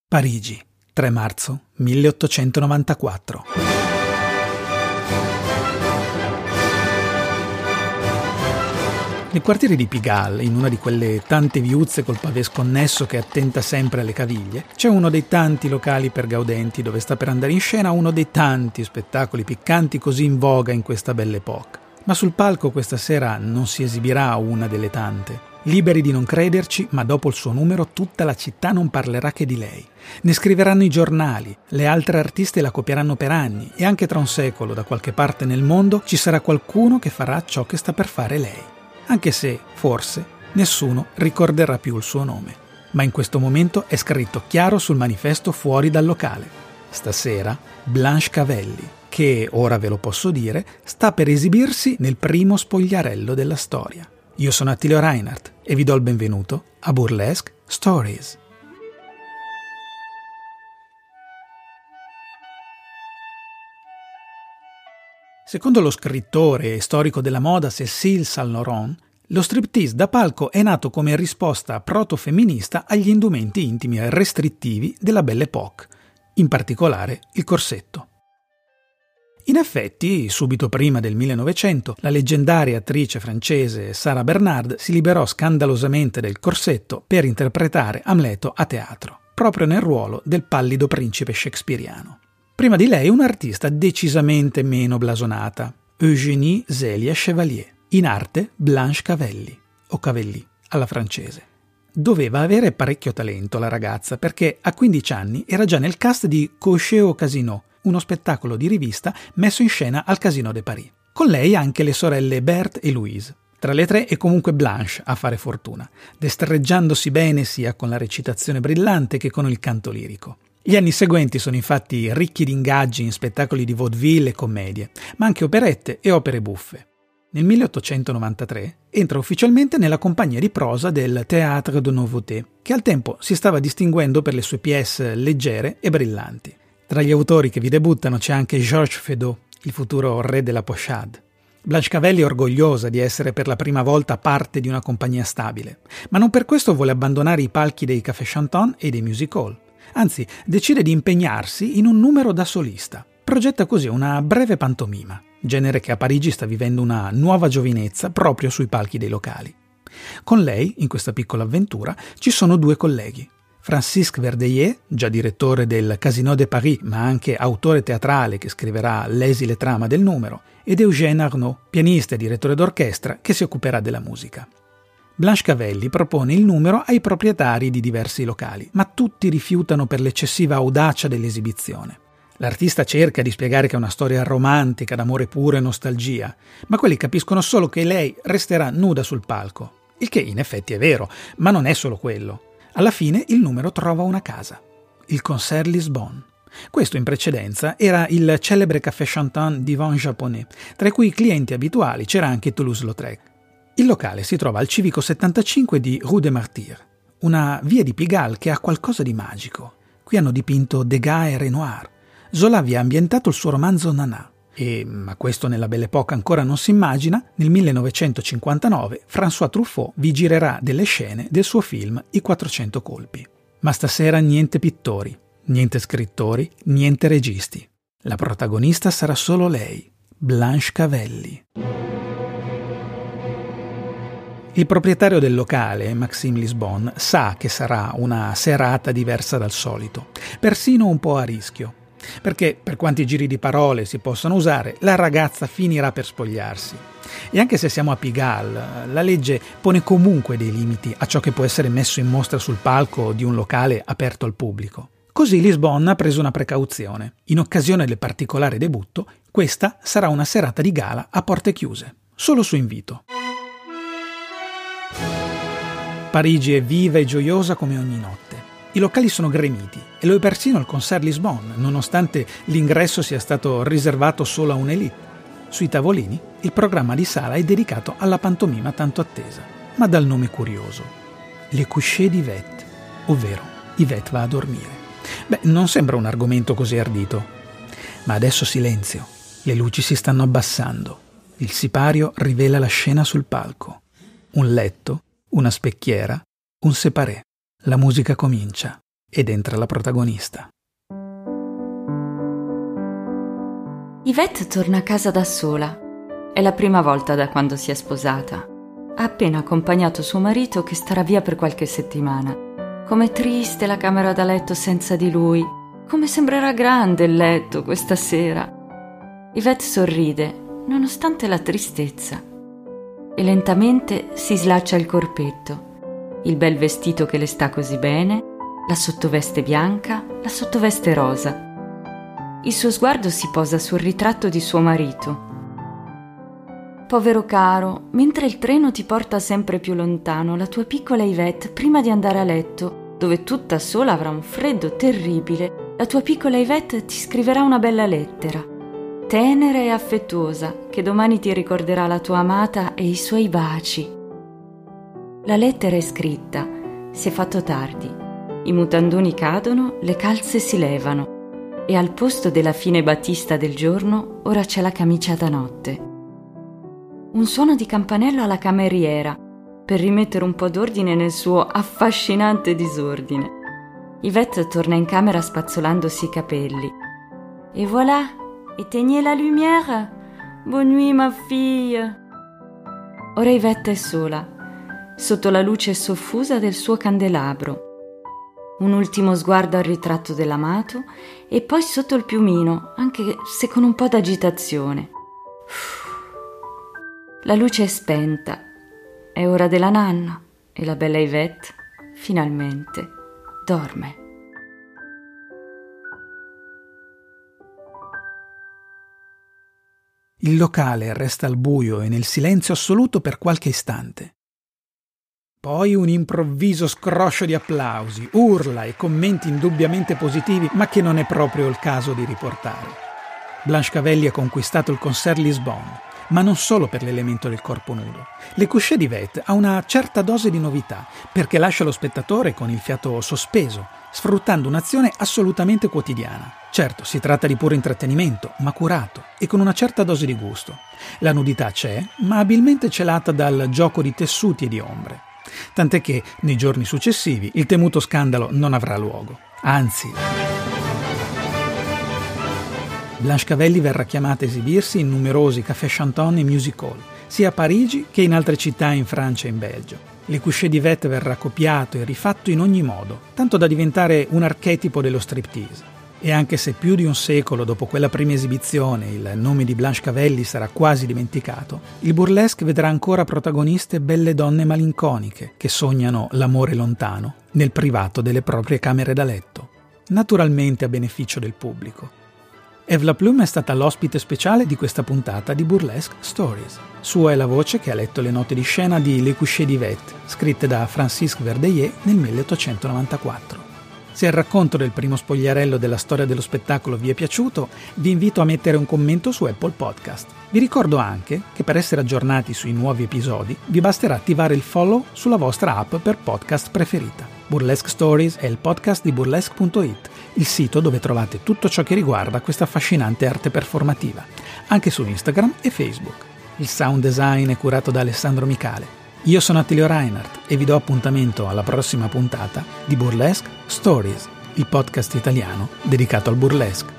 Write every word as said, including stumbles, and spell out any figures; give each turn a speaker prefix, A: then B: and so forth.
A: Parigi, tre marzo milleottocentonovantaquattro. Nel quartiere di Pigalle, in una di quelle tante viuzze col pavé sconnesso che attenta sempre alle caviglie, c'è uno dei tanti locali per gaudenti dove sta per andare in scena uno dei tanti spettacoli piccanti così in voga in questa belle époque. Ma sul palco questa sera non si esibirà una delle tante. Liberi di non crederci, ma dopo il suo numero tutta la città non parlerà che di lei. Ne scriveranno i giornali, le altre artiste la copieranno per anni e anche tra un secolo, da qualche parte nel mondo, ci sarà qualcuno che farà ciò che sta per fare lei. Anche se, forse, nessuno ricorderà più il suo nome. Ma in questo momento è scritto chiaro sul manifesto fuori dal locale. Stasera Blanche Cavelli, che, ora ve lo posso dire, sta per esibirsi nel primo spogliarello della storia. Io sono Attilio Reinhardt e vi do il benvenuto a Burlesque Stories. Secondo lo scrittore e storico della moda Cécile Saint-Laurent, lo striptease da palco è nato come risposta proto-femminista agli indumenti intimi e restrittivi della Belle Époque, in particolare il corsetto. In effetti, subito prima del millenovecento, la leggendaria attrice francese Sarah Bernard si liberò scandalosamente del corsetto per interpretare Amleto a teatro, proprio nel ruolo del pallido principe shakespeariano. Prima di lei un'artista decisamente meno blasonata, Eugénie Zélia Chevalier, in arte Blanche Cavelli, o Cavelli, alla francese. Doveva avere parecchio talento la ragazza perché a quindici anni era già nel cast di Cocher au Casino, uno spettacolo di rivista messo in scena al Casino de Paris. Con lei anche le sorelle Berthe e Louise. Tra le tre è comunque Blanche a fare fortuna, destreggiandosi bene sia con la recitazione brillante che con il canto lirico. Gli anni seguenti sono infatti ricchi di ingaggi in spettacoli di vaudeville e commedie, ma anche operette e opere buffe. Nel milleottocentonovantatré entra ufficialmente nella compagnia di prosa del Théâtre de Nouveauté, che al tempo si stava distinguendo per le sue pièce leggere e brillanti. Tra gli autori che vi debuttano c'è anche Georges Feydeau, il futuro re della pochade. Blanche Cavelli è orgogliosa di essere per la prima volta parte di una compagnia stabile, ma non per questo vuole abbandonare i palchi dei café chantant e dei music hall. Anzi, decide di impegnarsi in un numero da solista. Progetta così una breve pantomima, genere che a Parigi sta vivendo una nuova giovinezza proprio sui palchi dei locali. Con lei, in questa piccola avventura, ci sono due colleghi. Francisque Verdeillet, già direttore del Casino de Paris, ma anche autore teatrale che scriverà l'esile trama del numero, ed Eugène Arnaud, pianista e direttore d'orchestra che si occuperà della musica. Blanche Cavelli propone il numero ai proprietari di diversi locali, ma tutti rifiutano per l'eccessiva audacia dell'esibizione. L'artista cerca di spiegare che è una storia romantica, d'amore puro e nostalgia, ma quelli capiscono solo che lei resterà nuda sul palco, il che in effetti è vero, ma non è solo quello. Alla fine il numero trova una casa, il Concert Lisbonne. Questo in precedenza era il celebre café chantant Divan Japonais, tra i cui clienti abituali c'era anche Toulouse-Lautrec. Il locale si trova al civico settantacinque di Rue des Martyrs, una via di Pigalle che ha qualcosa di magico. Qui hanno dipinto Degas e Renoir. Zola vi ha ambientato il suo romanzo Nana. E, ma questo nella Belle Époque ancora non si immagina, nel millenovecentocinquantanove François Truffaut vi girerà delle scene del suo film I quattrocento colpi. Ma stasera niente pittori, niente scrittori, niente registi. La protagonista sarà solo lei, Blanche Cavelli. Il proprietario del locale, Maxime Lisbonne, sa che sarà una serata diversa dal solito, persino un po' a rischio. Perché, per quanti giri di parole si possano usare, la ragazza finirà per spogliarsi. E anche se siamo a Pigalle, la legge pone comunque dei limiti a ciò che può essere messo in mostra sul palco di un locale aperto al pubblico. Così Lisbonne ha preso una precauzione. In occasione del particolare debutto, questa sarà una serata di gala a porte chiuse, solo su invito. Parigi è viva e gioiosa come ogni notte. I locali sono gremiti e lo è persino il Concert Lisbonne, nonostante l'ingresso sia stato riservato solo a un'élite. Sui tavolini il programma di sala è dedicato alla pantomima tanto attesa, ma dal nome curioso. Le coucher d'Yvette, ovvero Yvette va a dormire. Beh, non sembra un argomento così ardito. Ma adesso silenzio, le luci si stanno abbassando. Il sipario rivela la scena sul palco. Un letto, una specchiera, un séparé. La musica comincia. ed entra la protagonista.
B: Yvette torna a casa da sola. È la prima volta da quando si è sposata. Ha appena accompagnato suo marito che starà via per qualche settimana. Com'è triste la camera da letto senza di lui. Come sembrerà grande il letto questa sera. Yvette sorride, nonostante la tristezza, e lentamente si slaccia il corpetto. Il bel vestito che le sta così bene, la sottoveste bianca, la sottoveste rosa. Il suo sguardo si posa sul ritratto di suo marito. Povero caro, mentre il treno ti porta sempre più lontano, la tua piccola Yvette, prima di andare a letto, dove tutta sola avrà un freddo terribile, la tua piccola Yvette ti scriverà una bella lettera, tenera e affettuosa, che domani ti ricorderà la tua amata e i suoi baci. La lettera è scritta, si è fatto tardi, i mutandoni cadono, le calze si levano, e al posto della fine battista del giorno ora c'è la camicia da notte. Un suono di campanello alla cameriera per rimettere un po' d'ordine nel suo affascinante disordine. Yvette torna in camera spazzolandosi i capelli. E voilà, éteignez la lumière. Bonne nuit ma fille. Ora Yvette è sola, sotto la luce soffusa del suo candelabro. Un ultimo sguardo al ritratto dell'amato e poi sotto il piumino, anche se con un po' d'agitazione. La luce è spenta, è ora della nanna e la bella Yvette, finalmente, dorme.
A: Il locale resta al buio e nel silenzio assoluto per qualche istante. Poi un improvviso scroscio di applausi, urla e commenti indubbiamente positivi, ma che non è proprio il caso di riportare. Blanche Cavelli ha conquistato il Concert Lisbonne, ma non solo per l'elemento del corpo nudo. Le Coucher d'Yvette ha una certa dose di novità, perché lascia lo spettatore con il fiato sospeso, sfruttando un'azione assolutamente quotidiana. Certo, si tratta di puro intrattenimento, ma curato e con una certa dose di gusto. La nudità c'è, ma abilmente celata dal gioco di tessuti e di ombre. Tant'è che, nei giorni successivi, il temuto scandalo non avrà luogo. Anzi, Blanche Cavelli verrà chiamata a esibirsi in numerosi café chantant e music hall, sia a Parigi che in altre città in Francia e in Belgio. Le Coucher d'Yvette verrà copiato e rifatto in ogni modo, tanto da diventare un archetipo dello striptease. E anche se più di un secolo dopo quella prima esibizione il nome di Blanche Cavelli sarà quasi dimenticato, il burlesque vedrà ancora protagoniste belle donne malinconiche che sognano l'amore lontano nel privato delle proprie camere da letto, naturalmente a beneficio del pubblico. Eve Laplume è stata l'ospite speciale di questa puntata di Burlesque Stories. Sua è la voce che ha letto le note di scena di Les Coucher d'Yvette, scritte da Francisque Verdeillet nel milleottocentonovantaquattro. Se il racconto del primo spogliarello della storia dello spettacolo vi è piaciuto, vi invito a mettere un commento su Apple Podcast. Vi ricordo anche che per essere aggiornati sui nuovi episodi vi basterà attivare il follow sulla vostra app per podcast preferita. Burlesque Stories è il podcast di burlesque punto it, il sito dove trovate tutto ciò che riguarda questa affascinante arte performativa, anche su Instagram e Facebook. Il sound design è curato da Alessandro Micale. Io sono Attilio Reinhardt e vi do appuntamento alla prossima puntata di Burlesque Stories, il podcast italiano dedicato al burlesque.